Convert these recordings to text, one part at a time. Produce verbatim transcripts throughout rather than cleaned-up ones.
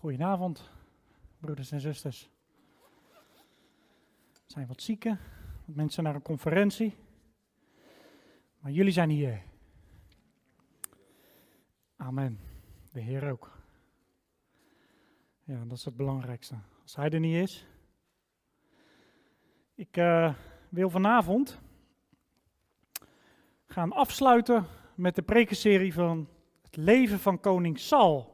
Goedenavond, broeders en zusters. Er zijn wat zieken, wat mensen naar een conferentie. Maar jullie zijn hier. Amen. De Heer ook. Ja, dat is het belangrijkste. Als Hij er niet is. Ik uh, wil vanavond gaan afsluiten met de prekenserie van het leven van koning Saul.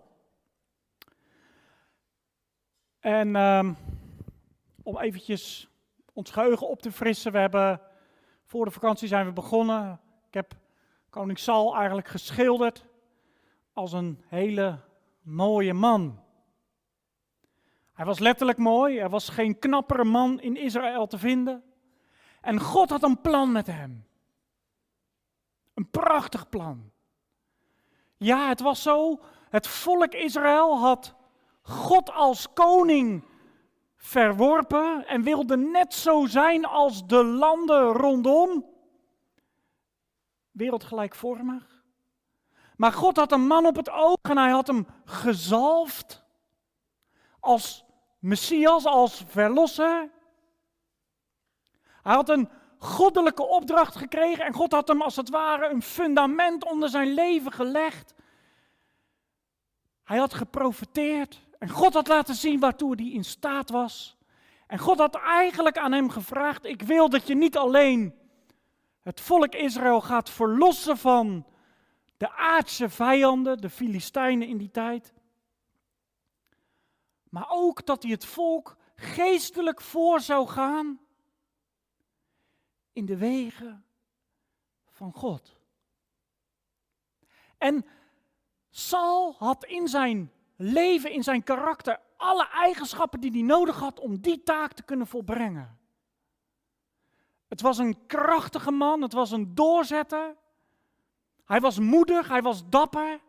En um, om eventjes ons geheugen op te frissen, we hebben voor de vakantie zijn we begonnen. Ik heb koning Saul eigenlijk geschilderd als een hele mooie man. Hij was letterlijk mooi, er was geen knappere man in Israël te vinden. En God had een plan met hem. Een prachtig plan. Ja, het was zo, het volk Israël had God als koning verworpen en wilde net zo zijn als de landen rondom. Wereldgelijkvormig. Maar God had een man op het oog en hij had hem gezalfd als Messias, als verlosser. Hij had een goddelijke opdracht gekregen en God had hem als het ware een fundament onder zijn leven gelegd. Hij had geprofeteerd en God had laten zien waartoe hij in staat was. En God had eigenlijk aan hem gevraagd, ik wil dat je niet alleen het volk Israël gaat verlossen van de aardse vijanden, de Filistijnen in die tijd. Maar ook dat hij het volk geestelijk voor zou gaan in de wegen van God. En Saul had in zijn leven, in zijn karakter, alle eigenschappen die hij nodig had om die taak te kunnen volbrengen. Het was een krachtige man, het was een doorzetter. Hij was moedig, hij was dapper.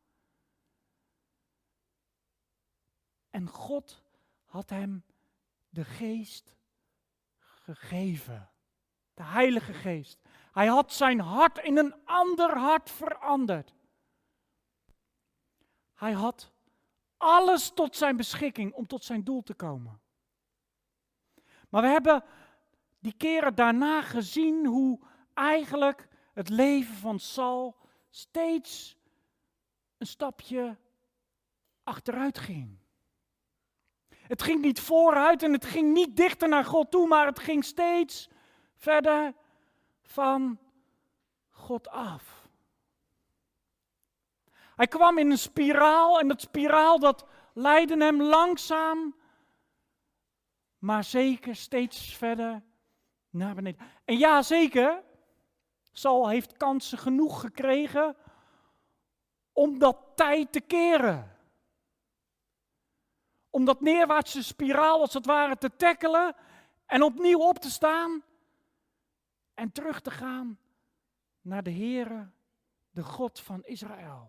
En God had hem de geest gegeven. De Heilige Geest. Hij had zijn hart in een ander hart veranderd. Hij had alles tot zijn beschikking om tot zijn doel te komen. Maar we hebben die keren daarna gezien hoe eigenlijk het leven van Saul steeds een stapje achteruit ging. Het ging niet vooruit en het ging niet dichter naar God toe, maar het ging steeds verder van God af. Hij kwam in een spiraal en dat spiraal dat leidde hem langzaam, maar zeker steeds verder naar beneden. En ja, zeker, Saul heeft kansen genoeg gekregen om dat tij te keren. Om dat neerwaartse spiraal als het ware te tackelen en opnieuw op te staan en terug te gaan naar de Heere, de God van Israël.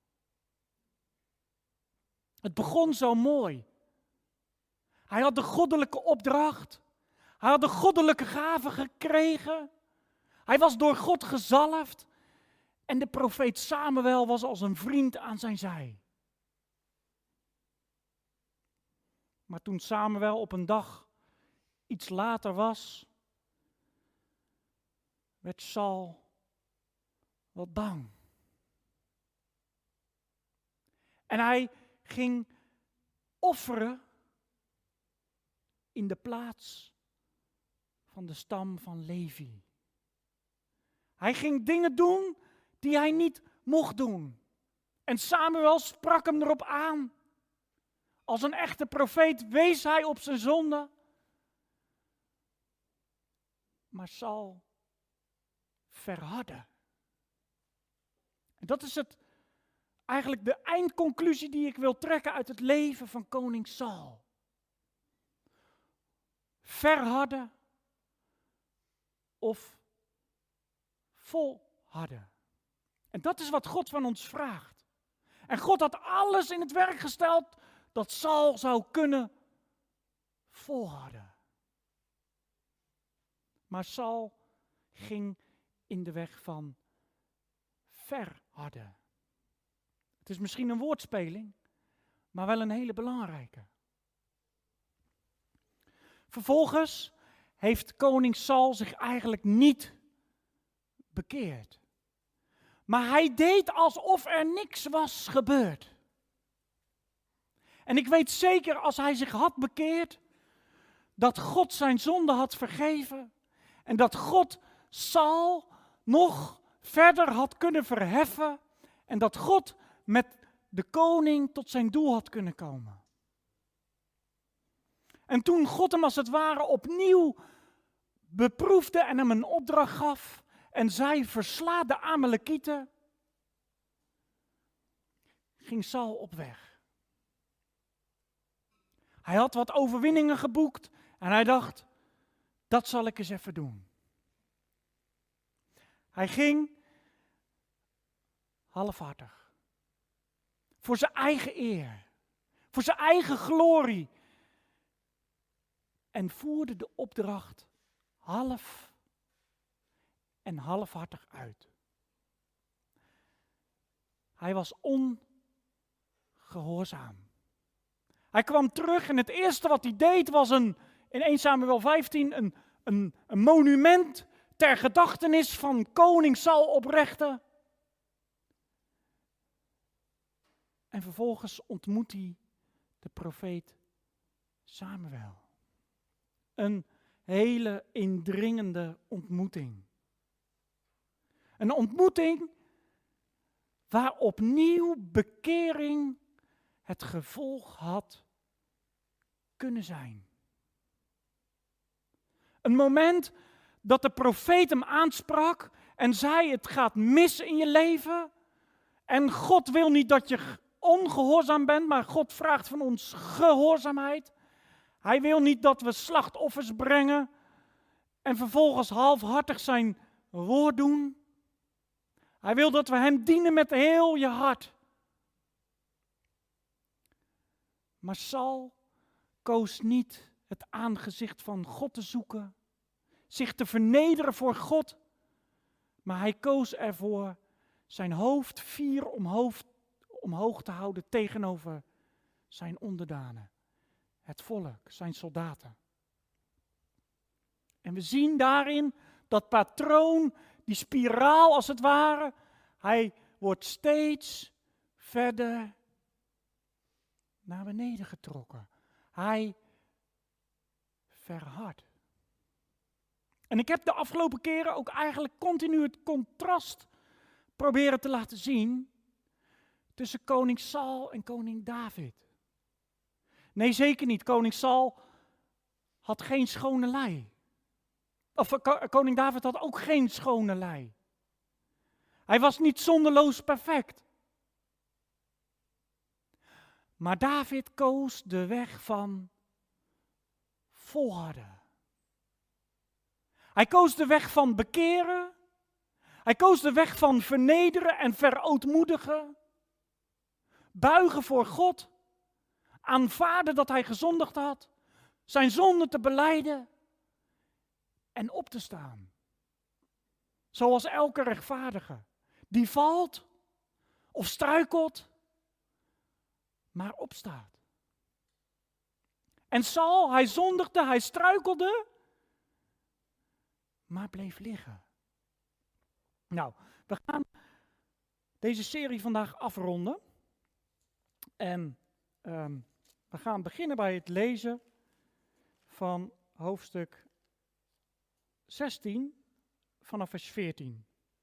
Het begon zo mooi. Hij had de goddelijke opdracht. Hij had de goddelijke gaven gekregen. Hij was door God gezalfd. En de profeet Samuel was als een vriend aan zijn zij. Maar toen Samuel op een dag iets later was, werd Saul wat bang. En hij ging offeren in de plaats van de stam van Levi. Hij ging dingen doen die hij niet mocht doen. En Samuel sprak hem erop aan. Als een echte profeet wees hij op zijn zonde. Maar Saul verhardde. En dat is het, eigenlijk de eindconclusie die ik wil trekken uit het leven van koning Saul. Verharden of volharden. En dat is wat God van ons vraagt. En God had alles in het werk gesteld dat Saul zou kunnen volharden. Maar Saul ging in de weg van verharden. Het is misschien een woordspeling, maar wel een hele belangrijke. Vervolgens heeft koning Saul zich eigenlijk niet bekeerd. Maar hij deed alsof er niks was gebeurd. En ik weet zeker, als hij zich had bekeerd, dat God zijn zonde had vergeven. En dat God Saul nog verder had kunnen verheffen. En dat God met de koning tot zijn doel had kunnen komen. En toen God hem als het ware opnieuw beproefde en hem een opdracht gaf en zei, versla de Amalekieten, ging Saul op weg. Hij had wat overwinningen geboekt en hij dacht, dat zal ik eens even doen. Hij ging halfhartig. Voor zijn eigen eer. Voor zijn eigen glorie. En voerde de opdracht half en halfhartig uit. Hij was ongehoorzaam. Hij kwam terug en het eerste wat hij deed was een, in eerste Samuel vijftien een, een, een monument ter gedachtenis van koning Saul oprichten. En vervolgens ontmoet hij de profeet Samuel. Een hele indringende ontmoeting. Een ontmoeting waar opnieuw bekering het gevolg had kunnen zijn. Een moment dat de profeet hem aansprak en zei, het gaat mis in je leven. En God wil niet dat je ongehoorzaam bent, maar God vraagt van ons gehoorzaamheid. Hij wil niet dat we slachtoffers brengen en vervolgens halfhartig zijn woord doen. Hij wil dat we hem dienen met heel je hart. Maar Saul koos niet het aangezicht van God te zoeken, zich te vernederen voor God, maar hij koos ervoor zijn hoofd fier omhoog, omhoog te houden tegenover zijn onderdanen, het volk, zijn soldaten. En we zien daarin dat patroon, die spiraal als het ware, hij wordt steeds verder naar beneden getrokken. Hij verhardt. En ik heb de afgelopen keren ook eigenlijk continu het contrast proberen te laten zien tussen koning Saul en koning David. Nee, zeker niet. Koning Saul had geen schone lei. Of koning David had ook geen schone lei. Hij was niet zonderloos perfect. Maar David koos de weg van volharden. Hij koos de weg van bekeren. Hij koos de weg van vernederen en verootmoedigen. Buigen voor God. Aanvaarden dat hij gezondigd had. Zijn zonde te belijden. En op te staan. Zoals elke rechtvaardige. Die valt of struikelt, maar opstaat. En Saul, hij zondigde, hij struikelde, maar bleef liggen. Nou, we gaan deze serie vandaag afronden. En um, we gaan beginnen bij het lezen van hoofdstuk zestien vanaf vers veertien.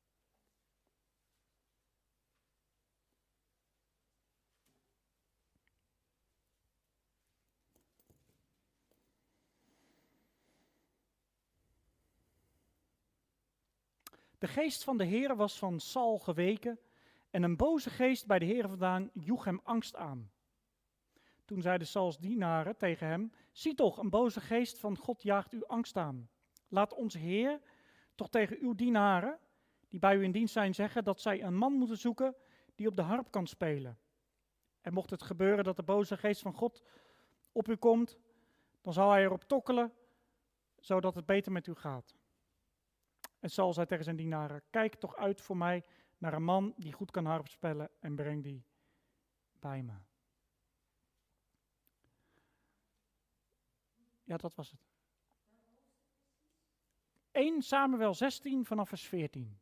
De geest van de Heere was van Saul geweken en een boze geest bij de Heere vandaan joeg hem angst aan. Toen zeiden Sauls dienaren tegen hem, zie toch, een boze geest van God jaagt u angst aan. Laat onze Heer toch tegen uw dienaren, die bij u in dienst zijn, zeggen dat zij een man moeten zoeken die op de harp kan spelen. En mocht het gebeuren dat de boze geest van God op u komt, dan zal hij erop tokkelen, zodat het beter met u gaat. En Saul zei tegen zijn dienaren, kijk toch uit voor mij naar een man die goed kan harp spelen en breng die bij me. Ja, dat was het. Eerste Samuel zestien vanaf vers veertien.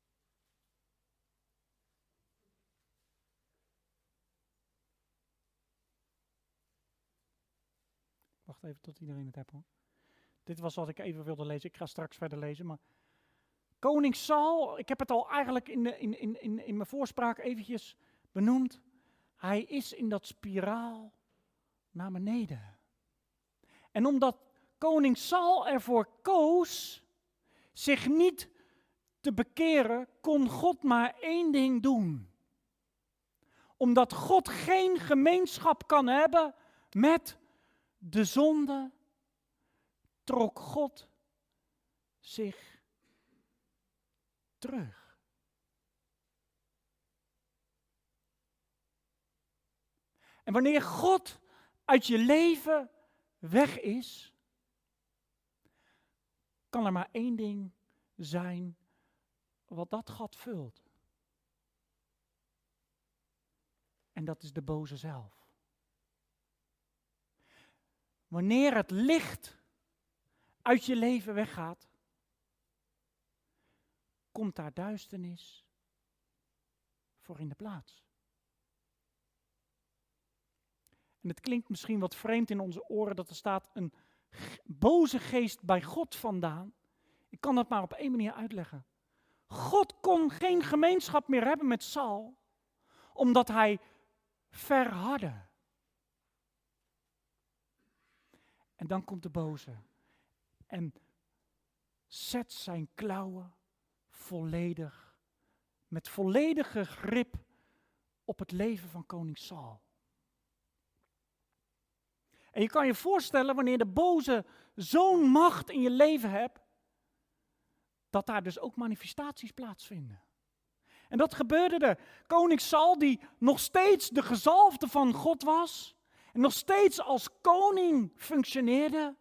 Wacht even tot iedereen het heeft hoor. Dit was wat ik even wilde lezen. Ik ga straks verder lezen. Maar koning Saul, ik heb het al eigenlijk in, de, in, in, in, in mijn voorspraak eventjes benoemd. Hij is in dat spiraal naar beneden. En omdat koning Saul ervoor koos zich niet te bekeren, kon God maar één ding doen. Omdat God geen gemeenschap kan hebben met de zonde, trok God zich terug. En wanneer God uit je leven weg is, kan er maar één ding zijn wat dat gat vult. En dat is de boze zelf. Wanneer het licht uit je leven weggaat, komt daar duisternis voor in de plaats. En het klinkt misschien wat vreemd in onze oren dat er staat een boze geest bij God vandaan. Ik kan dat maar op één manier uitleggen. God kon geen gemeenschap meer hebben met Saul, omdat hij verhardde. En dan komt de boze en zet zijn klauwen volledig, met volledige grip op het leven van koning Saul. En je kan je voorstellen, wanneer de boze zo'n macht in je leven hebt, dat daar dus ook manifestaties plaatsvinden. En dat gebeurde er. Koning Saul, die nog steeds de gezalfde van God was, en nog steeds als koning functioneerde,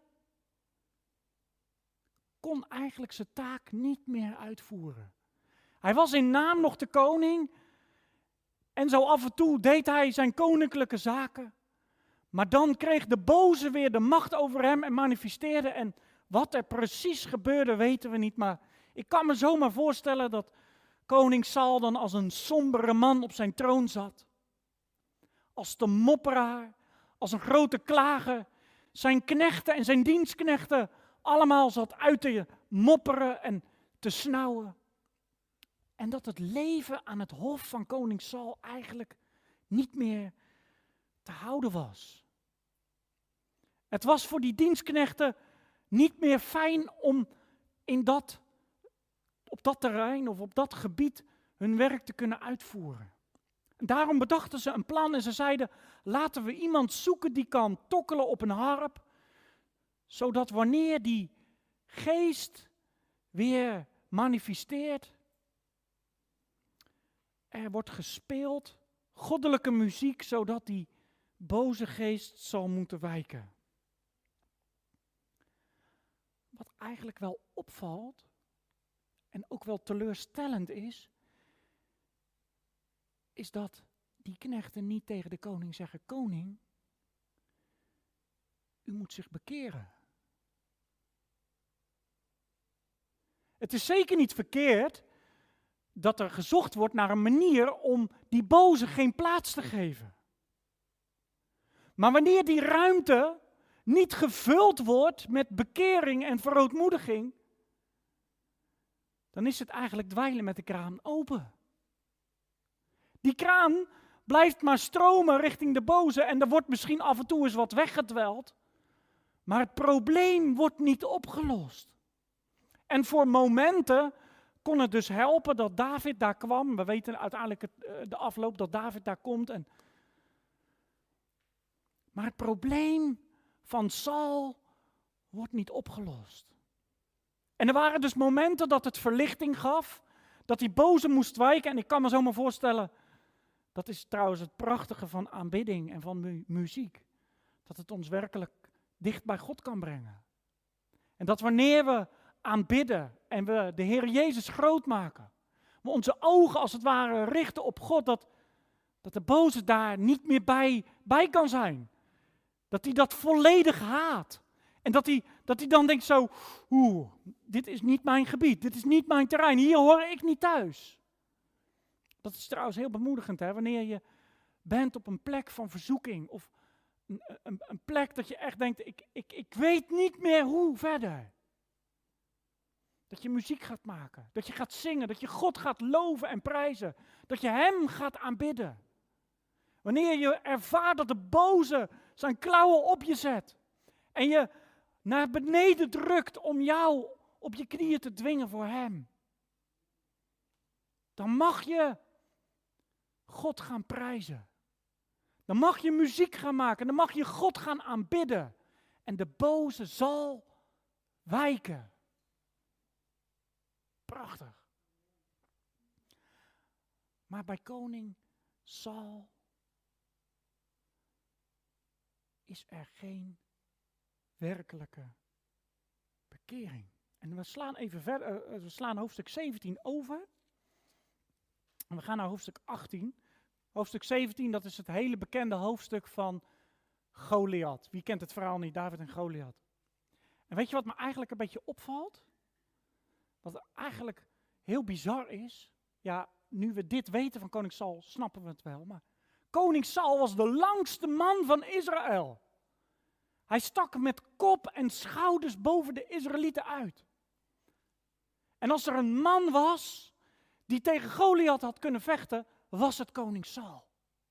kon eigenlijk zijn taak niet meer uitvoeren. Hij was in naam nog de koning, en zo af en toe deed hij zijn koninklijke zaken. Maar dan kreeg de boze weer de macht over hem en manifesteerde. En wat er precies gebeurde, weten we niet. Maar ik kan me zomaar voorstellen dat koning Saul dan als een sombere man op zijn troon zat. Als de mopperaar, als een grote klager. Zijn knechten en zijn dienstknechten allemaal zat uit te mopperen en te snauwen. En dat het leven aan het hof van koning Saul eigenlijk niet meer te houden was. Het was voor die dienstknechten niet meer fijn om in dat, op dat terrein of op dat gebied hun werk te kunnen uitvoeren. En daarom bedachten ze een plan en ze zeiden, laten we iemand zoeken die kan tokkelen op een harp, zodat wanneer die geest weer manifesteert, er wordt gespeeld, goddelijke muziek, zodat die boze geest zal moeten wijken. Wat eigenlijk wel opvalt en ook wel teleurstellend is, is dat die knechten niet tegen de koning zeggen, koning, u moet zich bekeren. Het is zeker niet verkeerd dat er gezocht wordt naar een manier om die boze geen plaats te geven. Maar wanneer die ruimte niet gevuld wordt met bekering en verootmoediging, dan is het eigenlijk dweilen met de kraan open. Die kraan blijft maar stromen richting de boze en er wordt misschien af en toe eens wat weggedweld, maar het probleem wordt niet opgelost. En voor momenten kon het dus helpen dat David daar kwam. We weten uiteindelijk het, de afloop dat David daar komt. En maar het probleem van Saul wordt niet opgelost. En er waren dus momenten dat het verlichting gaf, dat die boze moest wijken. En ik kan me zo maar voorstellen, dat is trouwens het prachtige van aanbidding en van mu- muziek. Dat het ons werkelijk dicht bij God kan brengen. En dat wanneer we aanbidden en we de Heer Jezus groot maken, we onze ogen als het ware richten op God, dat, dat de boze daar niet meer bij, bij kan zijn. Dat hij dat volledig haat. En dat hij, dat hij dan denkt zo, oeh, dit is niet mijn gebied, dit is niet mijn terrein, hier hoor ik niet thuis. Dat is trouwens heel bemoedigend, hè, wanneer je bent op een plek van verzoeking of een, een, een plek dat je echt denkt, ik, ik, ik weet niet meer hoe verder. Dat je muziek gaat maken, dat je gaat zingen, dat je God gaat loven en prijzen, dat je Hem gaat aanbidden. Wanneer je ervaart dat de boze zijn klauwen op je zet en je naar beneden drukt om jou op je knieën te dwingen voor Hem. Dan mag je God gaan prijzen. Dan mag je muziek gaan maken, dan mag je God gaan aanbidden. En de boze zal wijken. Prachtig. Maar bij koning Saul is er geen werkelijke bekering. En we slaan even verder, we slaan hoofdstuk zeventien over. En we gaan naar hoofdstuk achttien. Hoofdstuk zeventien, dat is het hele bekende hoofdstuk van Goliath. Wie kent het verhaal niet, David en Goliath? En weet je wat me eigenlijk een beetje opvalt? Wat eigenlijk heel bizar is. Ja, nu we dit weten van koning Saul, snappen we het wel. Maar koning Saul was de langste man van Israël. Hij stak met kop en schouders boven de Israëlieten uit. En als er een man was die tegen Goliath had kunnen vechten, was het koning Saul.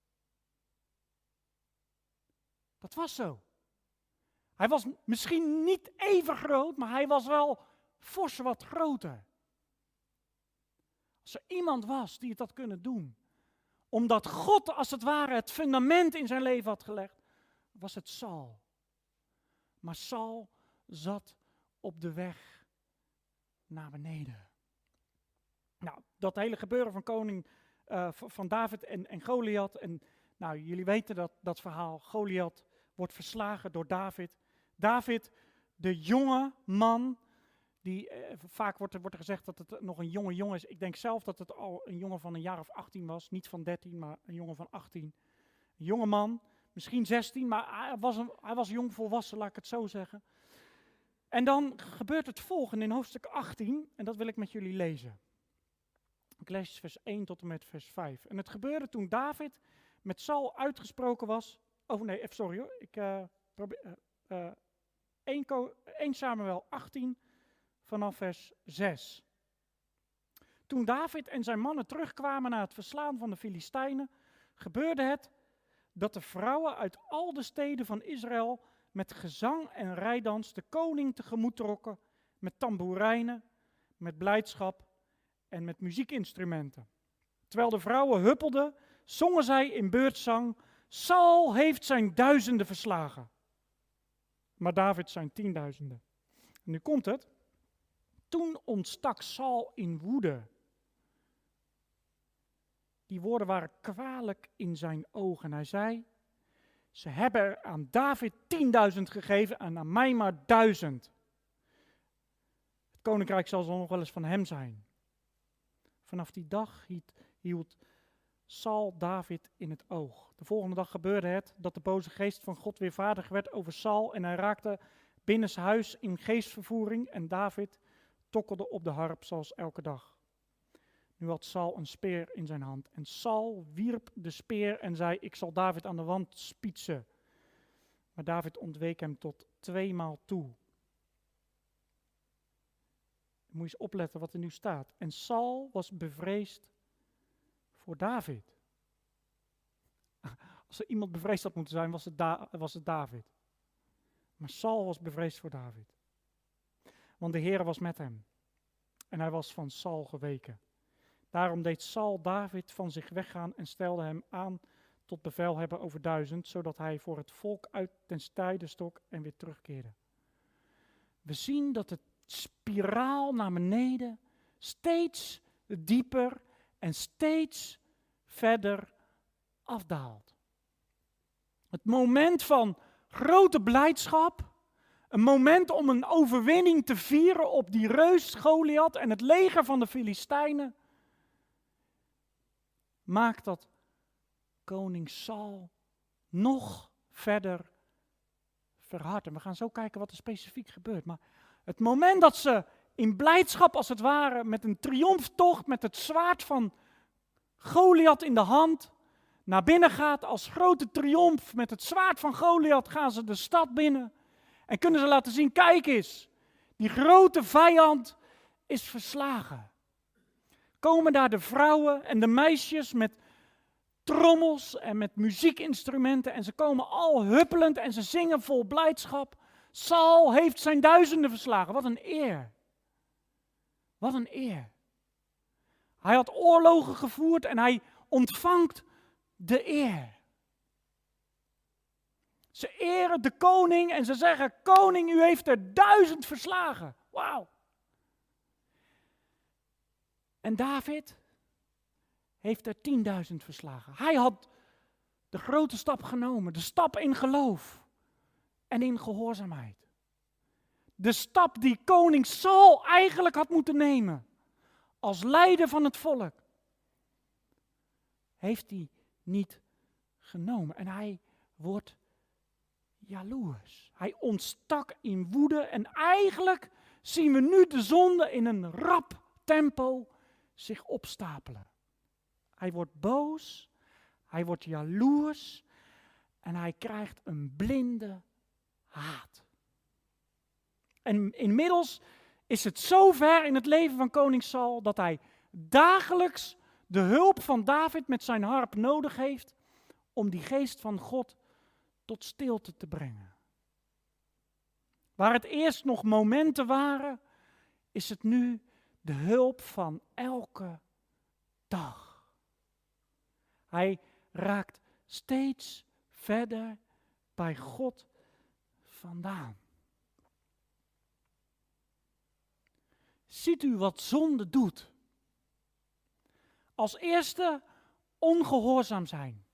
Dat was zo. Hij was misschien niet even groot, maar hij was wel fors wat groter. Als er iemand was die het had kunnen doen, omdat God als het ware het fundament in zijn leven had gelegd, was het Saul. Maar Saul zat op de weg naar beneden. Nou, dat hele gebeuren van koning, uh, van David en, en Goliath. En nou, jullie weten dat, dat verhaal. Goliath wordt verslagen door David. David, de jonge man, die, eh, vaak wordt er, wordt er gezegd dat het nog een jonge jongen is. Ik denk zelf dat het al een jongen van een jaar of achttien was. Niet van dertien, maar een jongen van achttien. Een jonge man, misschien zestien, maar hij was, een, hij was jong volwassen, laat ik het zo zeggen. En dan gebeurt het volgende in hoofdstuk achttien, en dat wil ik met jullie lezen. Ik lees vers één tot en met vers vijf. En het gebeurde toen David met Saul uitgesproken was. Oh nee, sorry hoor. Ik uh, probeer. Uh, uh, één Samuel achttien vanaf vers zes. Toen David en zijn mannen terugkwamen na het verslaan van de Filistijnen, gebeurde het dat de vrouwen uit al de steden van Israël met gezang en rijdans de koning tegemoet trokken, met tamboerijnen, met blijdschap en met muziekinstrumenten. Terwijl de vrouwen huppelden, zongen zij in beurtzang, Saul heeft zijn duizenden verslagen, maar David zijn tienduizenden. En nu komt het. Toen ontstak Saul in woede. Die woorden waren kwalijk in zijn ogen. Hij zei, ze hebben er aan David tienduizend gegeven en aan mij maar duizend. Het koninkrijk zal zo nog wel eens van hem zijn. Vanaf die dag hield, hield Saul David in het oog. De volgende dag gebeurde het dat de boze geest van God weer vaardig werd over Saul en hij raakte binnenshuis in geestvervoering en David tokkelde op de harp zoals elke dag. Nu had Saul een speer in zijn hand en Saul wierp de speer en zei, ik zal David aan de wand spietsen. Maar David ontweek hem tot tweemaal toe. Moet je eens opletten wat er nu staat. En Saul was bevreesd voor David. Als er iemand bevreesd had moeten zijn, was het, da- was het David. Maar Saul was bevreesd voor David. Want de Heer was met hem. En hij was van Saul geweken. Daarom deed Saul David van zich weggaan en stelde hem aan tot bevelhebber over duizend, zodat hij voor het volk uit den strijde stok en weer terugkeerde. We zien dat de spiraal naar beneden steeds dieper en steeds verder afdaalt. Het moment van grote blijdschap, een moment om een overwinning te vieren op die reus Goliath en het leger van de Filistijnen, maakt dat koning Saul nog verder verhardt. En we gaan zo kijken wat er specifiek gebeurt. Maar het moment dat ze in blijdschap als het ware, met een triomftocht, met het zwaard van Goliath in de hand, naar binnen gaat als grote triomf. Met het zwaard van Goliath gaan ze de stad binnen. En kunnen ze laten zien, kijk eens, die grote vijand is verslagen. Komen daar de vrouwen en de meisjes met trommels en met muziekinstrumenten. En ze komen al huppelend en ze zingen vol blijdschap. Saul heeft zijn duizenden verslagen. Wat een eer. Wat een eer. Hij had oorlogen gevoerd en hij ontvangt de eer. Ze eren de koning en ze zeggen, koning, u heeft er duizend verslagen. Wauw. En David heeft er tienduizend verslagen. Hij had de grote stap genomen, de stap in geloof en in gehoorzaamheid. De stap die koning Saul eigenlijk had moeten nemen, als leider van het volk, heeft hij niet genomen. En hij wordt jaloers. Hij ontstak in woede en eigenlijk zien we nu de zonde in een rap tempo zich opstapelen. Hij wordt boos, hij wordt jaloers en hij krijgt een blinde haat. En inmiddels is het zo ver in het leven van koning Saul dat hij dagelijks de hulp van David met zijn harp nodig heeft om die geest van God tot stilte te brengen. Waar het eerst nog momenten waren, is het nu de hulp van elke dag. Hij raakt steeds verder bij God vandaan. Ziet u wat zonde doet? Als eerste ongehoorzaam zijn.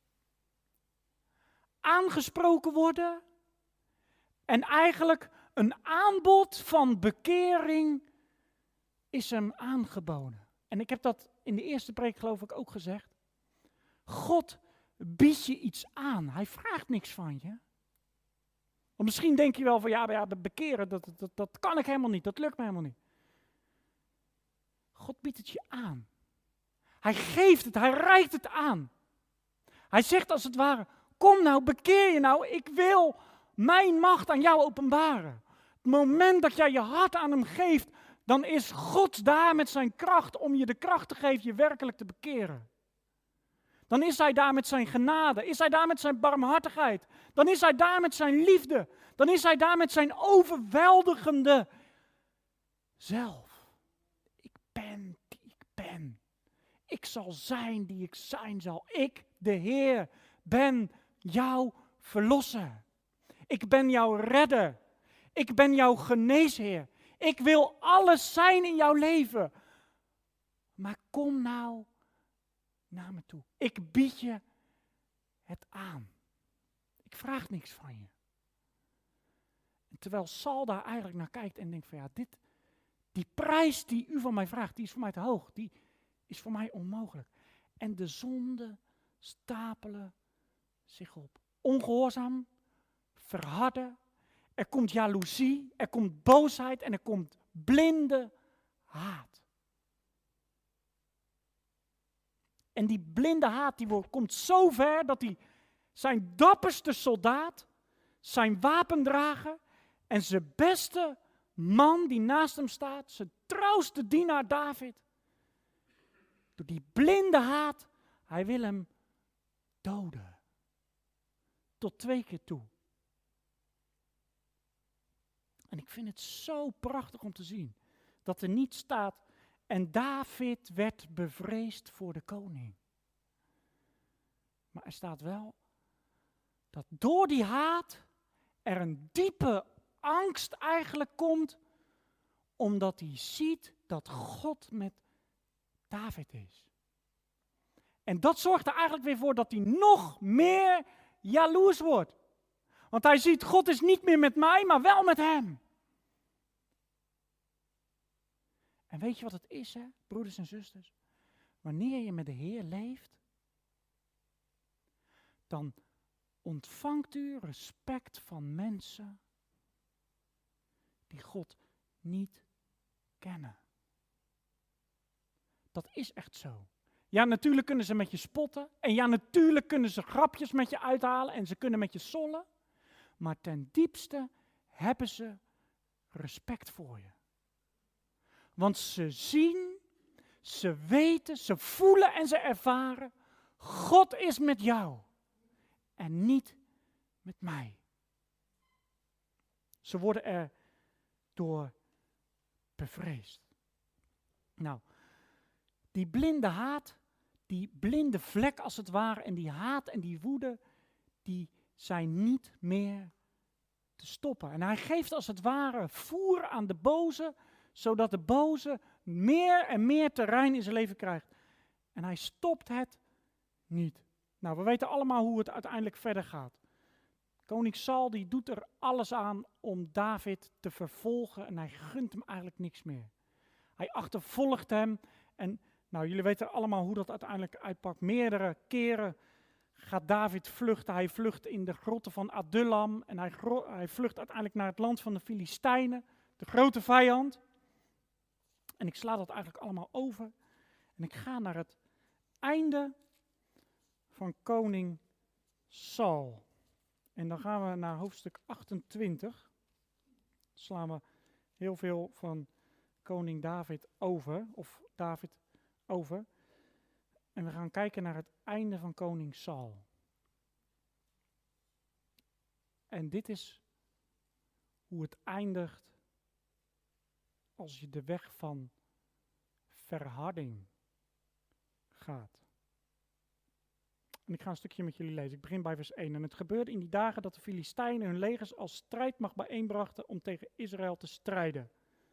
Aangesproken worden en eigenlijk een aanbod van bekering is hem aangeboden. En ik heb dat in de eerste preek geloof ik ook gezegd. God biedt je iets aan. Hij vraagt niks van je. Want misschien denk je wel van ja, ja dat bekeren, dat, dat, dat kan ik helemaal niet. Dat lukt me helemaal niet. God biedt het je aan. Hij geeft het, hij reikt het aan. Hij zegt als het ware, kom nou, bekeer je nou, ik wil mijn macht aan jou openbaren. Het moment dat jij je hart aan hem geeft, dan is God daar met zijn kracht om je de kracht te geven je werkelijk te bekeren. Dan is hij daar met zijn genade, is hij daar met zijn barmhartigheid, dan is hij daar met zijn liefde, dan is hij daar met zijn overweldigende zelf. Ik ben die ik ben. Ik zal zijn die ik zijn zal. Ik, de Heer, ben jouw verlosser. Ik ben jouw redder. Ik ben jouw geneesheer. Ik wil alles zijn in jouw leven. Maar kom nou naar me toe. Ik bied je het aan. Ik vraag niks van je. En terwijl Saul daar eigenlijk naar kijkt en denkt van ja, dit, die prijs die u van mij vraagt, die is voor mij te hoog. Die is voor mij onmogelijk. En de zonden stapelen zich op. Ongehoorzaam, verharden. Er komt jaloezie, er komt boosheid en er komt blinde haat. En die blinde haat die wordt, komt zo ver dat hij zijn dapperste soldaat, zijn wapendrager en zijn beste man die naast hem staat, zijn trouwste dienaar David, door die blinde haat, hij wil hem doden. Tot twee keer toe. En ik vind het zo prachtig om te zien dat er niet staat, en David werd bevreesd voor de koning. Maar er staat wel dat door die haat er een diepe angst eigenlijk komt, omdat hij ziet dat God met David is. En dat zorgt er eigenlijk weer voor dat hij nog meer jaloers wordt. Want hij ziet, God is niet meer met mij, maar wel met hem. En weet je wat het is, hè, broeders en zusters? Wanneer je met de Heer leeft, dan ontvangt u respect van mensen die God niet kennen. Dat is echt zo. Ja, natuurlijk kunnen ze met je spotten. En ja, natuurlijk kunnen ze grapjes met je uithalen en ze kunnen met je sollen. Maar ten diepste hebben ze respect voor je. Want ze zien, ze weten, ze voelen en ze ervaren, God is met jou en niet met mij. Ze worden er door bevreesd. Nou, die blinde haat, die blinde vlek als het ware en die haat en die woede, die zijn niet meer te stoppen. En hij geeft als het ware voer aan de boze, zodat de boze meer en meer terrein in zijn leven krijgt. En hij stopt het niet. Nou, we weten allemaal hoe het uiteindelijk verder gaat. Koning Saul die doet er alles aan om David te vervolgen en hij gunt hem eigenlijk niks meer. Hij achtervolgt hem en nou, jullie weten allemaal hoe dat uiteindelijk uitpakt. Meerdere keren gaat David vluchten. Hij vlucht in de grotten van Adullam en hij, gro- hij vlucht uiteindelijk naar het land van de Filistijnen, de grote vijand. En ik sla dat eigenlijk allemaal over en ik ga naar het einde van koning Saul. En dan gaan we naar hoofdstuk achtentwintig. Dan slaan we heel veel van koning David over, of David over. En we gaan kijken naar het einde van koning Saul. En dit is hoe het eindigt als je de weg van verharding gaat. En ik ga een stukje met jullie lezen. Ik begin bij vers één. En het gebeurde in die dagen dat de Filistijnen hun legers als strijdmacht bijeenbrachten om tegen Israël te strijden.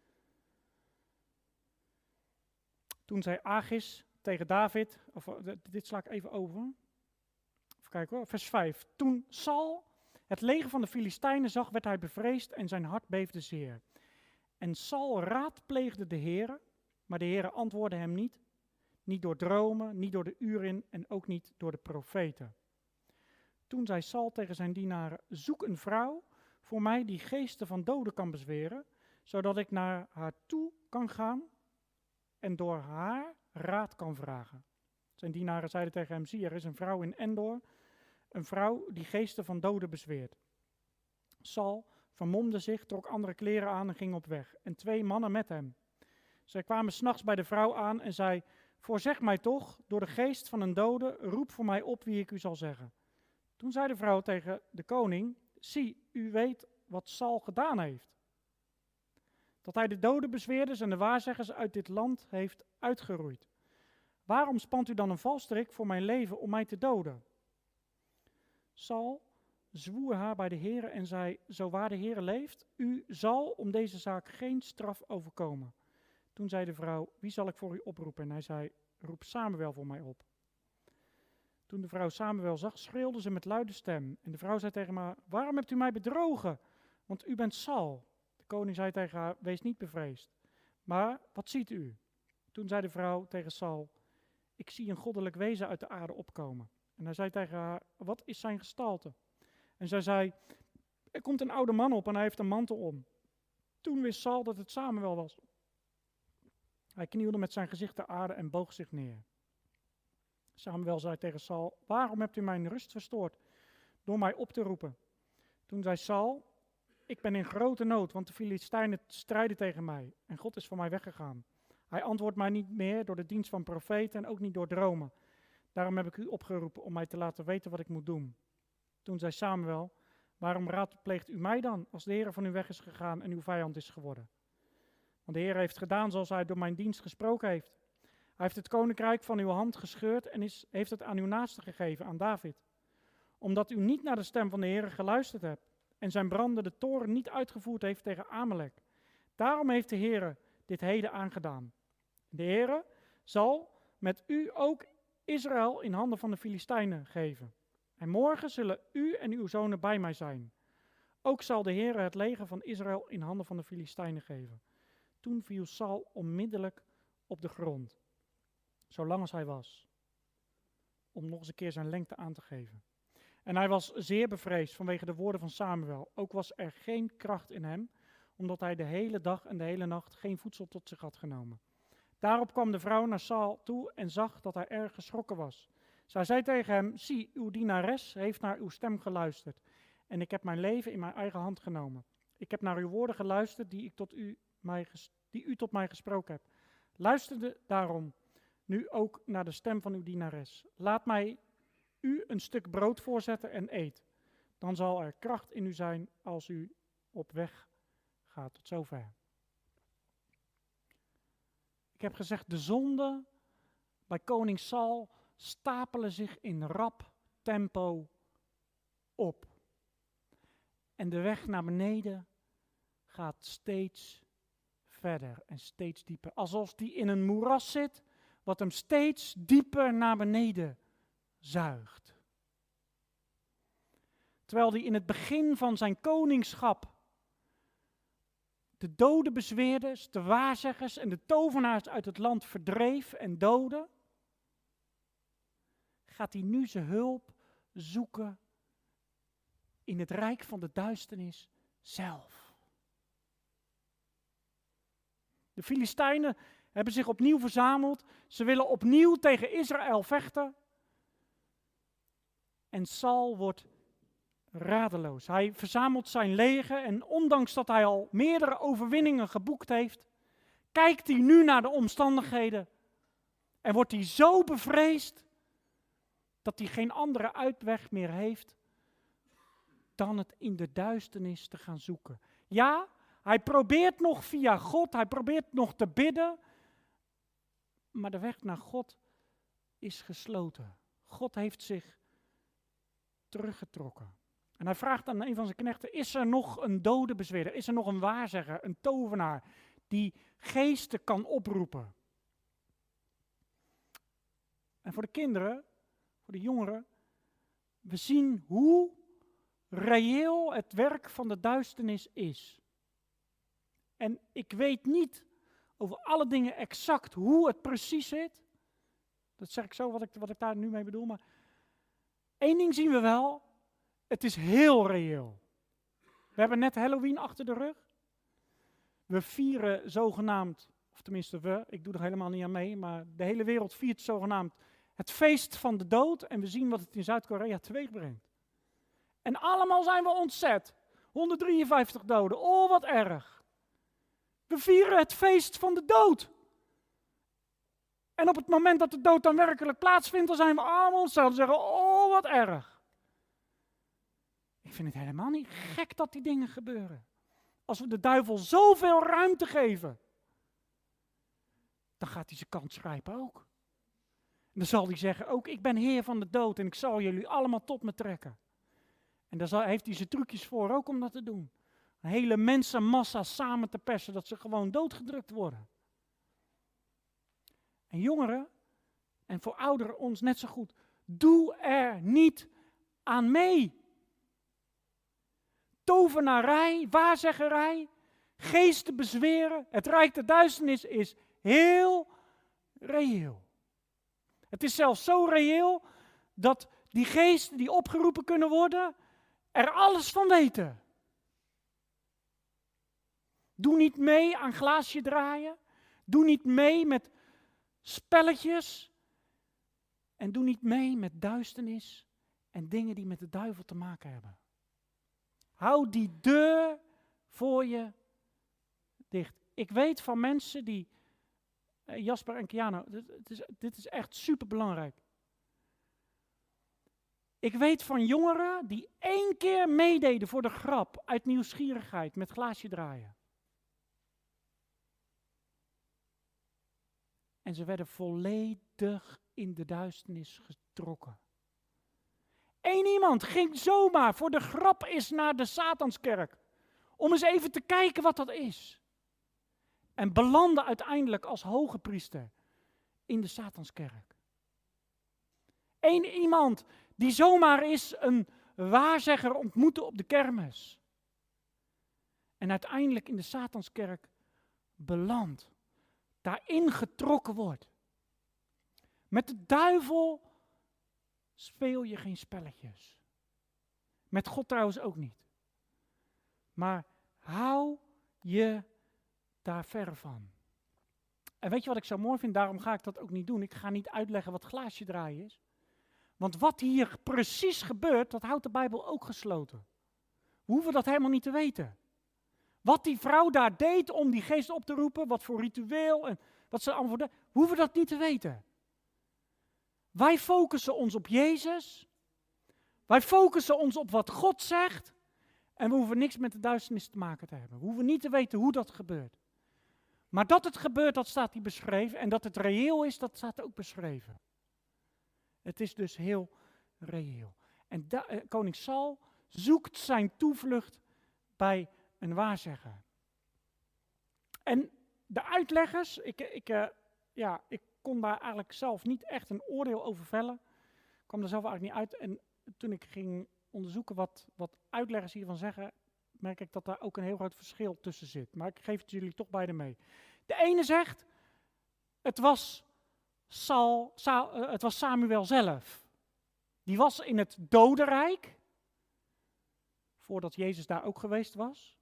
Toen zei Achis tegen David, of dit sla ik even over. Even kijken hoor, vers vijf. Toen Saul het leger van de Filistijnen zag, werd hij bevreesd en zijn hart beefde zeer. En Saul raadpleegde de Heere, maar de Heere antwoordde hem niet. Niet door dromen, niet door de uren en ook niet door de profeten. Toen zei Saul tegen zijn dienaren, zoek een vrouw voor mij die geesten van doden kan bezweren, zodat ik naar haar toe kan gaan en door haar raad kan vragen. Zijn dienaren zeiden tegen hem, zie, er is een vrouw in Endor, een vrouw die geesten van doden bezweert. Saul vermomde zich, trok andere kleren aan en ging op weg. En twee mannen met hem. Zij kwamen 's nachts bij de vrouw aan en zei, voorzeg mij toch, door de geest van een dode, roep voor mij op wie ik u zal zeggen. Toen zei de vrouw tegen de koning, zie, u weet wat Saul gedaan heeft. Dat hij de doden bezweerders en de waarzeggers uit dit land heeft uitgeroeid. Waarom spant u dan een valstrik voor mijn leven om mij te doden? Saul zwoer haar bij de Heere en zei, zo waar de Heere leeft, u zal om deze zaak geen straf overkomen. Toen zei de vrouw, wie zal ik voor u oproepen? En hij zei, roep Samuel voor mij op. Toen de vrouw Samuel zag, schreeuwde ze met luide stem. En de vrouw zei tegen haar, waarom hebt u mij bedrogen? Want u bent Saul. De koning zei tegen haar, wees niet bevreesd. Maar wat ziet u? Toen zei de vrouw tegen Saul, ik zie een goddelijk wezen uit de aarde opkomen. En hij zei tegen haar, wat is zijn gestalte? En zij zei, er komt een oude man op en hij heeft een mantel om. Toen wist Saul dat het Samuel was. Hij knielde met zijn gezicht ter aarde en boog zich neer. Samuel zei tegen Saul, waarom hebt u mijn rust verstoord door mij op te roepen? Toen zei Saul, ik ben in grote nood, want de Filistijnen strijden tegen mij en God is van mij weggegaan. Hij antwoordt mij niet meer door de dienst van profeten en ook niet door dromen. Daarom heb ik u opgeroepen om mij te laten weten wat ik moet doen. Toen zei Samuel, waarom raadpleegt u mij dan, als de Heer van u weg is gegaan en uw vijand is geworden? Want de Heer heeft gedaan zoals hij door mijn dienst gesproken heeft. Hij heeft het koninkrijk van uw hand gescheurd en is, heeft het aan uw naaste gegeven, aan David. Omdat u niet naar de stem van de Heer geluisterd hebt en zijn brandende toorn niet uitgevoerd heeft tegen Amalek. Daarom heeft de Heer dit heden aangedaan. De Heer zal met u ook Israël in handen van de Filistijnen geven. En morgen zullen u en uw zonen bij mij zijn. Ook zal de Heer het leger van Israël in handen van de Filistijnen geven. Toen viel Saul onmiddellijk op de grond, zolang als hij was, om nog eens een keer zijn lengte aan te geven. En hij was zeer bevreesd vanwege de woorden van Samuel. Ook was er geen kracht in hem omdat hij de hele dag en de hele nacht geen voedsel tot zich had genomen. Daarop kwam de vrouw naar Saul toe en zag dat hij erg geschrokken was. Zij zei tegen hem, zie, uw dienares heeft naar uw stem geluisterd en ik heb mijn leven in mijn eigen hand genomen. Ik heb naar uw woorden geluisterd die, ik tot u, mij ges- die u tot mij gesproken hebt. Luisterde daarom nu ook naar de stem van uw dienares. Laat mij u een stuk brood voorzetten en eet. Dan zal er kracht in u zijn als u op weg gaat. Tot zover. Ik heb gezegd, de zonden bij koning Saul stapelen zich in rap tempo op. En de weg naar beneden gaat steeds verder en steeds dieper. Alsof die in een moeras zit, wat hem steeds dieper naar beneden zuigt. Terwijl hij in het begin van zijn koningschap de doden bezweerders, de waarzeggers en de tovenaars uit het land verdreef en doodde, gaat hij nu zijn hulp zoeken in het rijk van de duisternis zelf. De Filistijnen hebben zich opnieuw verzameld. Ze willen opnieuw tegen Israël vechten. En Saul wordt radeloos. Hij verzamelt zijn leger en ondanks dat hij al meerdere overwinningen geboekt heeft, kijkt hij nu naar de omstandigheden en wordt hij zo bevreesd dat hij geen andere uitweg meer heeft dan het in de duisternis te gaan zoeken. Ja, hij probeert nog via God, hij probeert nog te bidden, maar de weg naar God is gesloten. God heeft zich teruggetrokken. En hij vraagt aan een van zijn knechten, is er nog een dode bezweerder? Is er nog een waarzegger, een tovenaar, die geesten kan oproepen? En voor de kinderen, voor de jongeren, we zien hoe reëel het werk van de duisternis is. En ik weet niet over alle dingen exact hoe het precies zit. Dat zeg ik zo, wat ik, wat ik daar nu mee bedoel. Maar één ding zien we wel. Het is heel reëel. We hebben net Halloween achter de rug. We vieren zogenaamd, of tenminste we, ik doe er helemaal niet aan mee, maar de hele wereld viert zogenaamd het feest van de dood. En we zien wat het in Zuid-Korea teweeg brengt. En allemaal zijn we ontzet. honderddrieënvijftig doden, oh wat erg. We vieren het feest van de dood. En op het moment dat de dood dan werkelijk plaatsvindt, dan zijn we allemaal onszelf en zeggen, oh wat erg. Ik vind het helemaal niet gek dat die dingen gebeuren. Als we de duivel zoveel ruimte geven, dan gaat hij zijn kans grijpen ook. En dan zal hij zeggen, ook ik ben heer van de dood en ik zal jullie allemaal tot me trekken. En daar zal, heeft hij zijn trucjes voor ook om dat te doen. Een hele mensenmassa samen te persen, dat ze gewoon doodgedrukt worden. En jongeren, en voor ouderen ons net zo goed, doe er niet aan mee. Tovenarij, waarzeggerij, geesten bezweren, het rijk der duisternis is heel reëel. Het is zelfs zo reëel dat die geesten die opgeroepen kunnen worden, er alles van weten. Doe niet mee aan glaasje draaien. Doe niet mee met spelletjes. En doe niet mee met duisternis en dingen die met de duivel te maken hebben. Hou die deur voor je dicht. Ik weet van mensen die, eh, Jasper en Kiana, dit, dit, is, dit is echt superbelangrijk. Ik weet van jongeren die één keer meededen voor de grap, uit nieuwsgierigheid, met glaasje draaien. En ze werden volledig in de duisternis getrokken. Eén iemand ging zomaar voor de grap eens naar de Satanskerk. Om eens even te kijken wat dat is. En belandde uiteindelijk als hoge priester in de Satanskerk. Eén iemand die zomaar eens een waarzegger ontmoette op de kermis. En uiteindelijk in de Satanskerk belandt. Daarin getrokken wordt. Met de duivel speel je geen spelletjes. Met God trouwens ook niet. Maar hou je daar ver van. En weet je wat ik zo mooi vind? Daarom ga ik dat ook niet doen. Ik ga niet uitleggen wat glaasje draaien is. Want wat hier precies gebeurt, dat houdt de Bijbel ook gesloten. We hoeven dat helemaal niet te weten. Wat die vrouw daar deed om die geest op te roepen, wat voor ritueel en wat ze allemaal voor de, we hoeven dat niet te weten. Wij focussen ons op Jezus. Wij focussen ons op wat God zegt. En we hoeven niks met de duisternis te maken te hebben. We hoeven niet te weten hoe dat gebeurt. Maar dat het gebeurt, dat staat hier beschreven. En dat het reëel is, dat staat ook beschreven. Het is dus heel reëel. En da, eh, koning Saul zoekt zijn toevlucht bij een waarzegger. En de uitleggers, ik, ik, uh, ja, ik kon daar eigenlijk zelf niet echt een oordeel over vellen. Ik kwam er zelf eigenlijk niet uit. En toen ik ging onderzoeken wat, wat uitleggers hiervan zeggen, merk ik dat daar ook een heel groot verschil tussen zit. Maar ik geef het jullie toch beide mee. De ene zegt, het was, Saul, Saul, uh, het was Samuel zelf. Die was in het dodenrijk, voordat Jezus daar ook geweest was.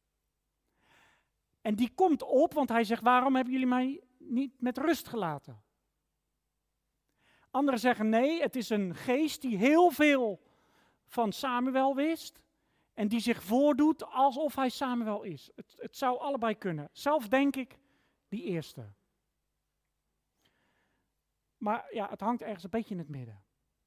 En die komt op, want hij zegt, waarom hebben jullie mij niet met rust gelaten? Anderen zeggen, nee, het is een geest die heel veel van Samuel wist. En die zich voordoet alsof hij Samuel is. Het, het zou allebei kunnen. Zelf denk ik die eerste. Maar ja, het hangt ergens een beetje in het midden.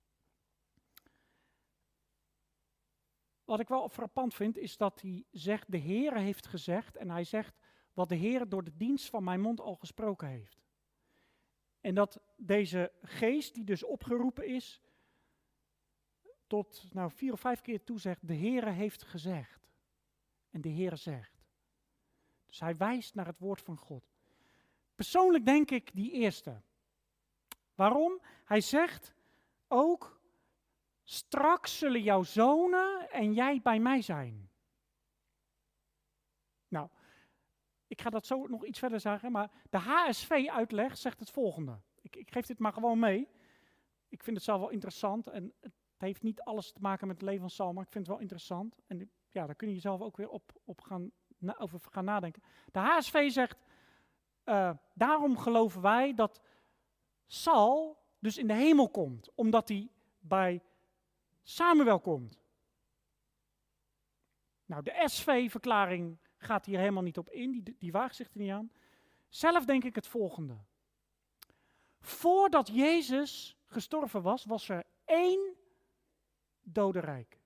Wat ik wel frappant vind, is dat hij zegt, de Heere heeft gezegd, en hij zegt, wat de Heere door de dienst van mijn mond al gesproken heeft. En dat deze geest, die dus opgeroepen is, tot nou, vier of vijf keer toe zegt, de Heere heeft gezegd. En de Heere zegt. Dus hij wijst naar het woord van God. Persoonlijk denk ik die eerste. Waarom? Hij zegt ook, straks zullen jouw zonen en jij bij mij zijn. Nou, ik ga dat zo nog iets verder zeggen, maar de H S V-uitleg zegt het volgende. Ik, ik geef dit maar gewoon mee. Ik vind het zelf wel interessant en het heeft niet alles te maken met het leven van Saul, maar ik vind het wel interessant. En ja, daar kun je zelf ook weer op, op gaan, na, over gaan nadenken. De H S V zegt, uh, daarom geloven wij dat Saul dus in de hemel komt, omdat hij bij Samuel komt. Nou, de S V-verklaring gaat hier helemaal niet op in, die, die waagt zich er niet aan. Zelf denk ik het volgende. Voordat Jezus gestorven was, was er één dodenrijk.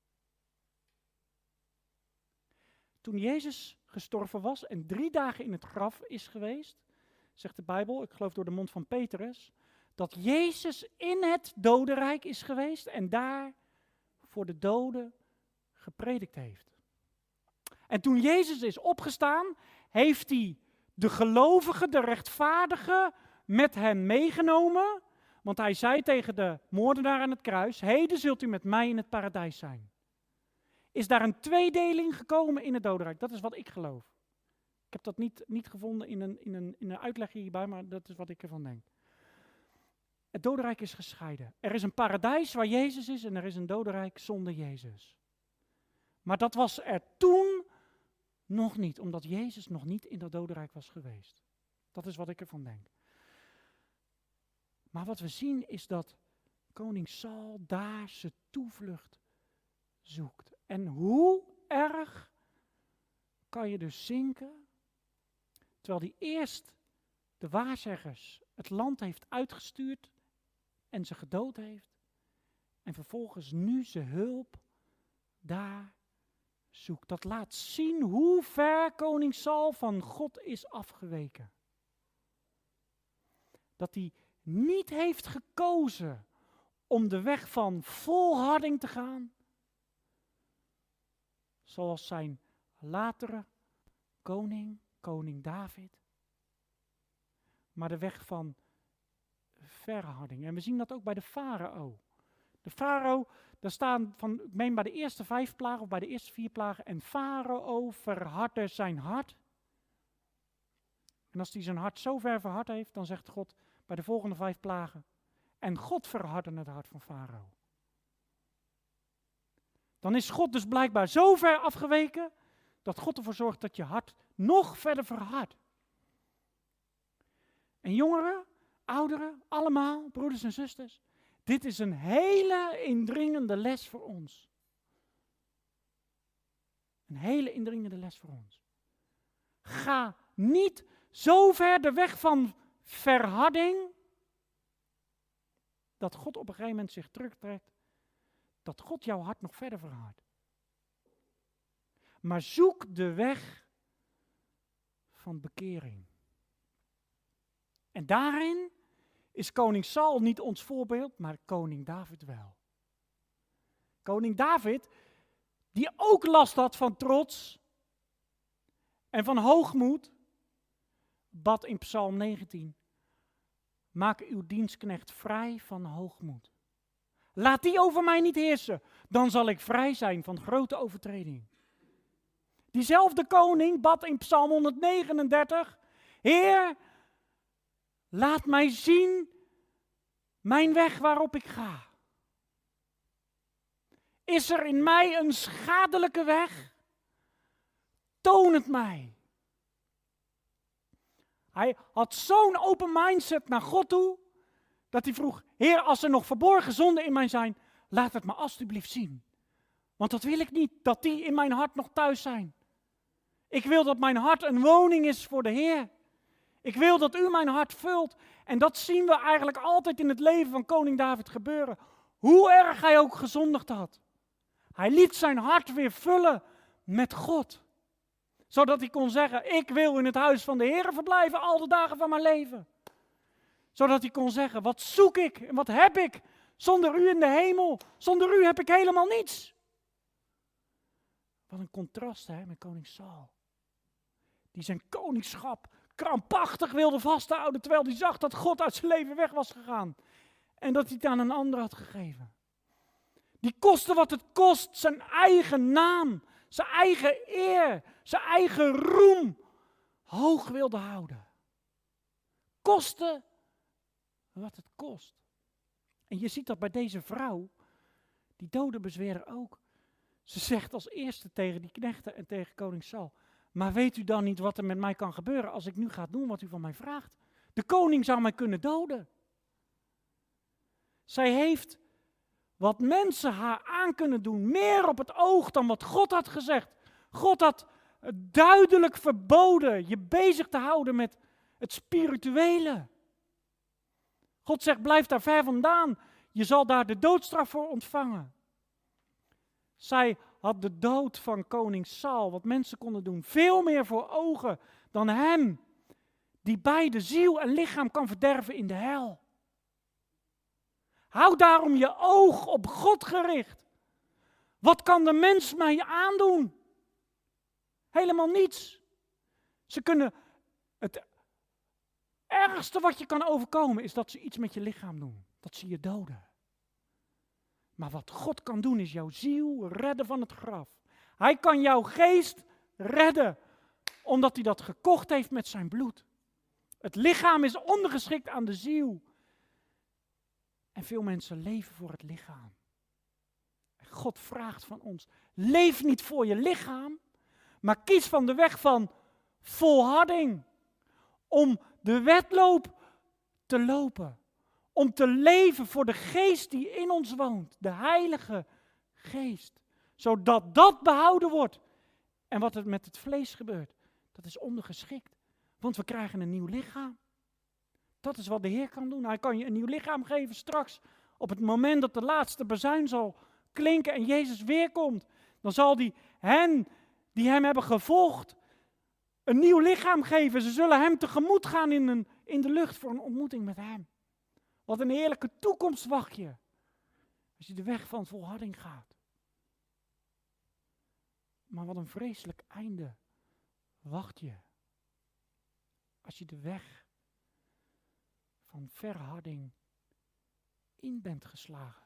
Toen Jezus gestorven was en drie dagen in het graf is geweest, zegt de Bijbel, ik geloof door de mond van Petrus, dat Jezus in het dodenrijk is geweest en daar voor de doden gepredikt heeft. En toen Jezus is opgestaan, heeft hij de gelovigen, de rechtvaardigen, met hem meegenomen. Want hij zei tegen de moordenaar aan het kruis, heden zult u met mij in het paradijs zijn. Is daar een tweedeling gekomen in het dodenrijk? Dat is wat ik geloof. Ik heb dat niet, niet gevonden in een, in, een, in een uitleg hierbij, maar dat is wat ik ervan denk. Het dodenrijk is gescheiden. Er is een paradijs waar Jezus is en er is een dodenrijk zonder Jezus. Maar dat was er toen nog niet, omdat Jezus nog niet in dat dodenrijk was geweest. Dat is wat ik ervan denk. Maar wat we zien is dat koning Saul daar zijn toevlucht zoekt. En hoe erg kan je dus zinken, terwijl hij eerst de waarzeggers het land heeft uitgestuurd en ze gedood heeft, en vervolgens nu zijn hulp daar zoekt. Dat laat zien hoe ver koning Saul van God is afgeweken. Dat hij niet heeft gekozen om de weg van volharding te gaan, zoals zijn latere koning, koning David, maar de weg van verharding. En we zien dat ook bij de farao. De farao, daar staan van, ik meen bij de eerste vijf plagen of bij de eerste vier plagen, en farao verhardde zijn hart. En als hij zijn hart zo ver verhard heeft, dan zegt God bij de volgende vijf plagen, en God verhardde het hart van farao. Dan is God dus blijkbaar zo ver afgeweken, dat God ervoor zorgt dat je hart nog verder verhardt. En jongeren, ouderen, allemaal, broeders en zusters, dit is een hele indringende les voor ons. Een hele indringende les voor ons. Ga niet zo ver de weg van verharding, dat God op een gegeven moment zich terugtrekt, dat God jouw hart nog verder verhardt. Maar zoek de weg van bekering. En daarin is koning Saul niet ons voorbeeld, maar koning David wel. Koning David, die ook last had van trots en van hoogmoed, bad in Psalm negentien, maak uw dienstknecht vrij van hoogmoed. Laat die over mij niet heersen, dan zal ik vrij zijn van grote overtreding. Diezelfde koning bad in Psalm honderdnegenendertig, Heer, laat mij zien mijn weg waarop ik ga. Is er in mij een schadelijke weg? Toon het mij. Hij had zo'n open mindset naar God toe, dat hij vroeg, Heer, als er nog verborgen zonden in mij zijn, laat het me alstublieft zien. Want dat wil ik niet, dat die in mijn hart nog thuis zijn. Ik wil dat mijn hart een woning is voor de Heer. Ik wil dat u mijn hart vult. En dat zien we eigenlijk altijd in het leven van koning David gebeuren. Hoe erg hij ook gezondigd had. Hij liet zijn hart weer vullen met God. Zodat hij kon zeggen, ik wil in het huis van de Heer verblijven al de dagen van mijn leven. Zodat hij kon zeggen, wat zoek ik en wat heb ik zonder u in de hemel. Zonder u heb ik helemaal niets. Wat een contrast hè, met koning Saul. Die zijn koningschap krampachtig wilde vasthouden, terwijl hij zag dat God uit zijn leven weg was gegaan. En dat hij het aan een ander had gegeven. Die kostte wat het kost, zijn eigen naam, zijn eigen eer, zijn eigen roem hoog wilde houden. Koste wat het kost. En je ziet dat bij deze vrouw, die dodenbezweerder ook. Ze zegt als eerste tegen die knechten en tegen koning Saul, maar weet u dan niet wat er met mij kan gebeuren als ik nu ga doen wat u van mij vraagt? De koning zou mij kunnen doden. Zij heeft wat mensen haar aan kunnen doen, meer op het oog dan wat God had gezegd. God had duidelijk verboden je bezig te houden met het spirituele. God zegt, blijf daar ver vandaan. Je zal daar de doodstraf voor ontvangen. Zij had de dood van koning Saul, wat mensen konden doen, veel meer voor ogen dan hem, die beide ziel en lichaam kan verderven in de hel. Hou daarom je oog op God gericht. Wat kan de mens mij aandoen? Helemaal niets. Ze kunnen, het ergste wat je kan overkomen is dat ze iets met je lichaam doen. Dat ze je doden. Maar wat God kan doen is jouw ziel redden van het graf. Hij kan jouw geest redden, omdat hij dat gekocht heeft met zijn bloed. Het lichaam is ondergeschikt aan de ziel. En veel mensen leven voor het lichaam. En God vraagt van ons, leef niet voor je lichaam, maar kies van de weg van volharding. Om de wedloop te lopen. Om te leven voor de geest die in ons woont. De Heilige Geest. Zodat dat behouden wordt. En wat er met het vlees gebeurt, dat is ondergeschikt. Want we krijgen een nieuw lichaam. Dat is wat de Heer kan doen. Hij kan je een nieuw lichaam geven straks. Op het moment dat de laatste bazuin zal klinken en Jezus weerkomt. Dan zal hij hen die hem hebben gevolgd een nieuw lichaam geven. Ze zullen hem tegemoet gaan in, een, in de lucht voor een ontmoeting met hem. Wat een heerlijke toekomst wacht je. Als je de weg van volharding gaat. Maar wat een vreselijk einde wacht je. Als je de weg van verharding in bent geslagen.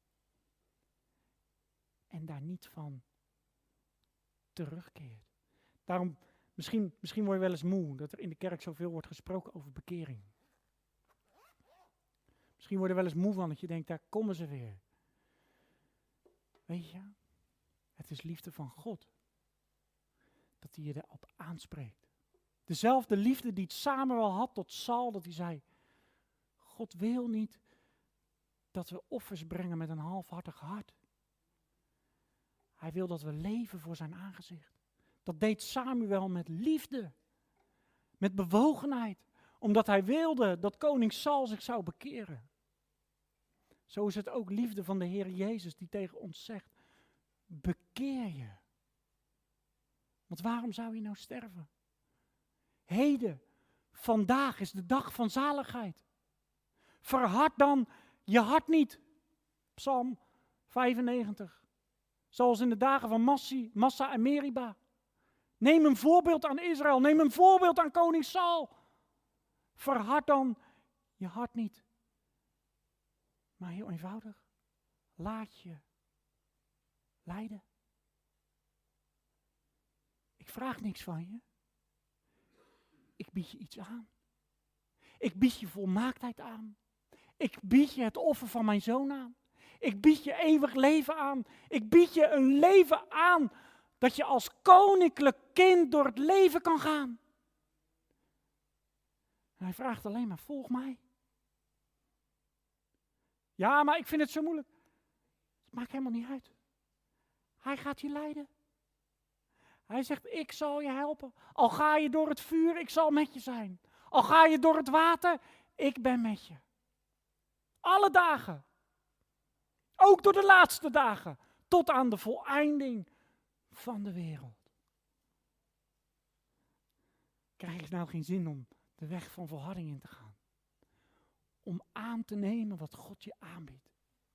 En daar niet van terugkeert. Daarom, misschien, misschien word je wel eens moe dat er in de kerk zoveel wordt gesproken over bekering. Misschien word je wel eens moe van dat je denkt, daar komen ze weer. Weet je, het is liefde van God. die je erop aanspreekt. Dezelfde liefde die Samuel had tot Saul, dat hij zei, God wil niet dat we offers brengen met een halfhartig hart. Hij wil dat we leven voor zijn aangezicht. Dat deed Samuel met liefde, met bewogenheid, omdat hij wilde dat koning Saul zich zou bekeren. Zo is het ook liefde van de Heer Jezus die tegen ons zegt, bekeer je. Want waarom zou je nou sterven? Heden, vandaag is de dag van zaligheid. Verhard dan je hart niet. Psalm vijfennegentig. Zoals in de dagen van Massi, Massa en Meriba. Neem een voorbeeld aan Israël. Neem een voorbeeld aan koning Saul. Verhard dan je hart niet. Maar heel eenvoudig. Laat je leiden. Ik vraag niks van je. Ik bied je iets aan. Ik bied je volmaaktheid aan. Ik bied je het offer van mijn zoon aan. Ik bied je eeuwig leven aan. Ik bied je een leven aan dat je als koninklijk kind door het leven kan gaan. En hij vraagt alleen maar, volg mij. Ja, maar ik vind het zo moeilijk. Het maakt helemaal niet uit. Hij gaat je leiden. Hij zegt, ik zal je helpen. Al ga je door het vuur, ik zal met je zijn. Al ga je door het water, ik ben met je. Alle dagen. Ook door de laatste dagen. Tot aan de voleinding van de wereld. Krijg je nou geen zin om de weg van volharding in te gaan? Om aan te nemen wat God je aanbiedt.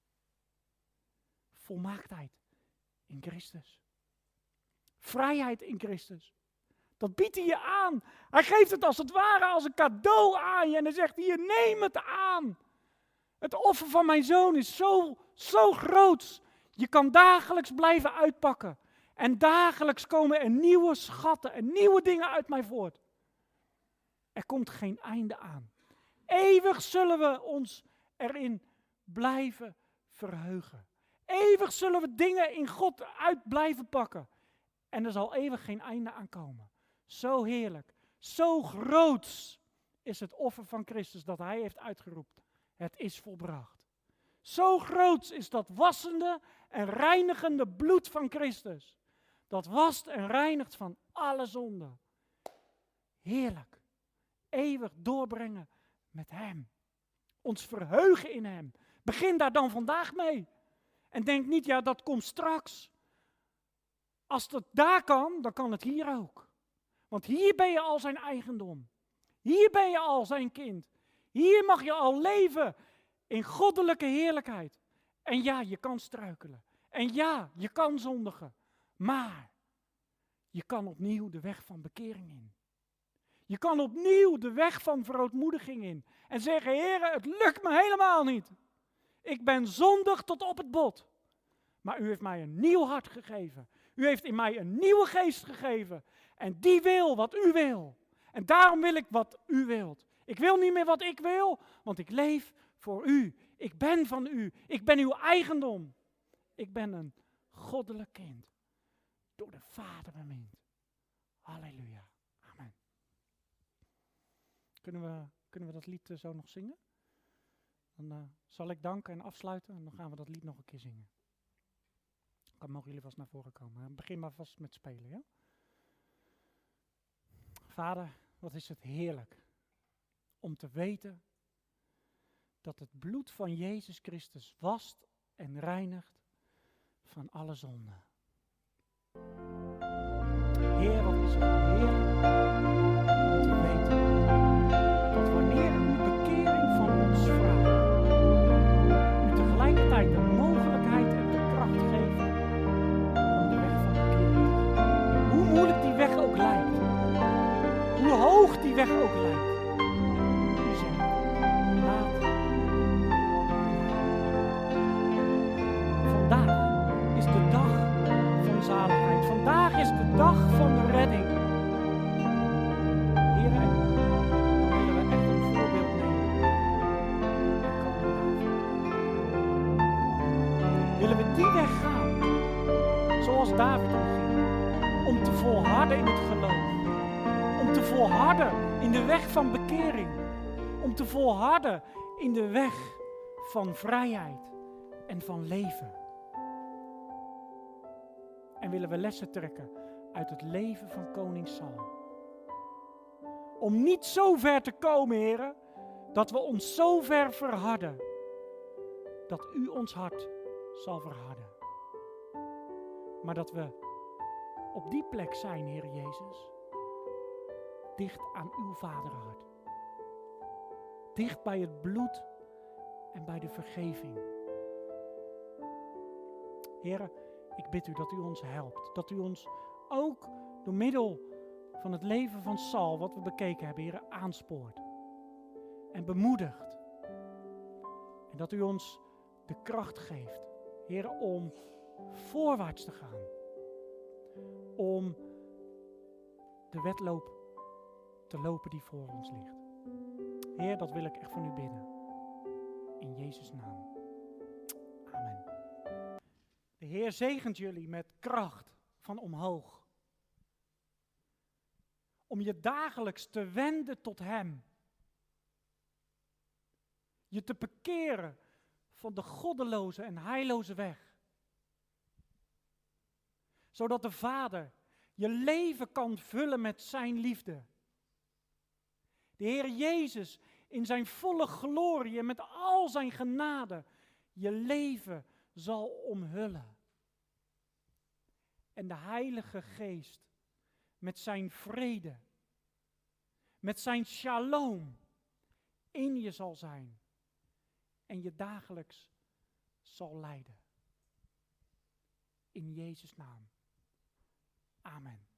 Volmaaktheid in Christus. Vrijheid in Christus. Dat biedt hij je aan. Hij geeft het als het ware als een cadeau aan je. En hij zegt hier, neem het aan. Het offer van mijn zoon is zo, zo groot. Je kan dagelijks blijven uitpakken. En dagelijks komen er nieuwe schatten en nieuwe dingen uit mij voort. Er komt geen einde aan. Eeuwig zullen we ons erin blijven verheugen. Eeuwig zullen we dingen in God uit blijven pakken. En er zal eeuwig geen einde aan komen. Zo heerlijk, zo groot is het offer van Christus dat hij heeft uitgeroepen. Het is volbracht. Zo groot is dat wassende en reinigende bloed van Christus. Dat wast en reinigt van alle zonden. Heerlijk. Eeuwig doorbrengen met hem. Ons verheugen in hem. Begin daar dan vandaag mee. En denk niet, ja, dat komt straks. Als dat daar kan, dan kan het hier ook. Want hier ben je al zijn eigendom. Hier ben je al zijn kind. Hier mag je al leven in goddelijke heerlijkheid. En ja, je kan struikelen. En ja, je kan zondigen. Maar je kan opnieuw de weg van bekering in. Je kan opnieuw de weg van verootmoediging in. En zeggen, Heere, het lukt me helemaal niet. Ik ben zondig tot op het bot. Maar u heeft mij een nieuw hart gegeven. U heeft in mij een nieuwe geest gegeven. En die wil wat u wil. En daarom wil ik wat u wilt. Ik wil niet meer wat ik wil, want ik leef voor u. Ik ben van u. Ik ben uw eigendom. Ik ben een goddelijk kind. Door de Vader bemind. Halleluja. Amen. Kunnen we, kunnen we dat lied zo nog zingen? Dan uh, zal ik danken en afsluiten en dan gaan we dat lied nog een keer zingen. Dan mogen jullie vast naar voren komen. Begin maar vast met spelen, ja? Vader, wat is het heerlijk om te weten dat het bloed van Jezus Christus wast en reinigt van alle zonden. Heer, wat is het heerlijk om te weten dat wanneer u bekering van ons vraagt, u tegelijkertijd de mogelijkheid en de kracht geeft om de weg van bekering. Hoe moeilijk die weg ook lijkt. Hoe hoog die weg ook lijkt. U zegt, laat. Vandaag is de dag van zaligheid. Vandaag is de dag van de redding. Heer, en dan willen we echt een voorbeeld nemen. Willen we die weg gaan, zoals David al ging, om te volharden in het geloof. Om te volharden in de weg van bekering. Om te volharden in de weg van vrijheid en van leven. En willen we lessen trekken uit het leven van koning Saul. Om niet zo ver te komen, heren, dat we ons zo ver verharden, dat u ons hart zal verharden. Maar dat we op die plek zijn, Heer Jezus, dicht aan uw vaderhart. Dicht bij het bloed en bij de vergeving. Heer, ik bid u dat u ons helpt. Dat u ons ook door middel van het leven van Saul, wat we bekeken hebben, Heer, aanspoort. En bemoedigt. En dat u ons de kracht geeft, Heer, om voorwaarts te gaan. Om de wedloop te lopen die voor ons ligt. Heer, dat wil ik echt van u bidden. In Jezus' naam. Amen. De Heer zegent jullie met kracht van omhoog. Om je dagelijks te wenden tot Hem. Je te bekeren van de goddeloze en heilloze weg. Zodat de Vader je leven kan vullen met zijn liefde. De Heer Jezus in zijn volle glorie en met al zijn genade je leven zal omhullen. En de Heilige Geest met zijn vrede, met zijn shalom in je zal zijn en je dagelijks zal leiden. In Jezus' naam. Amen.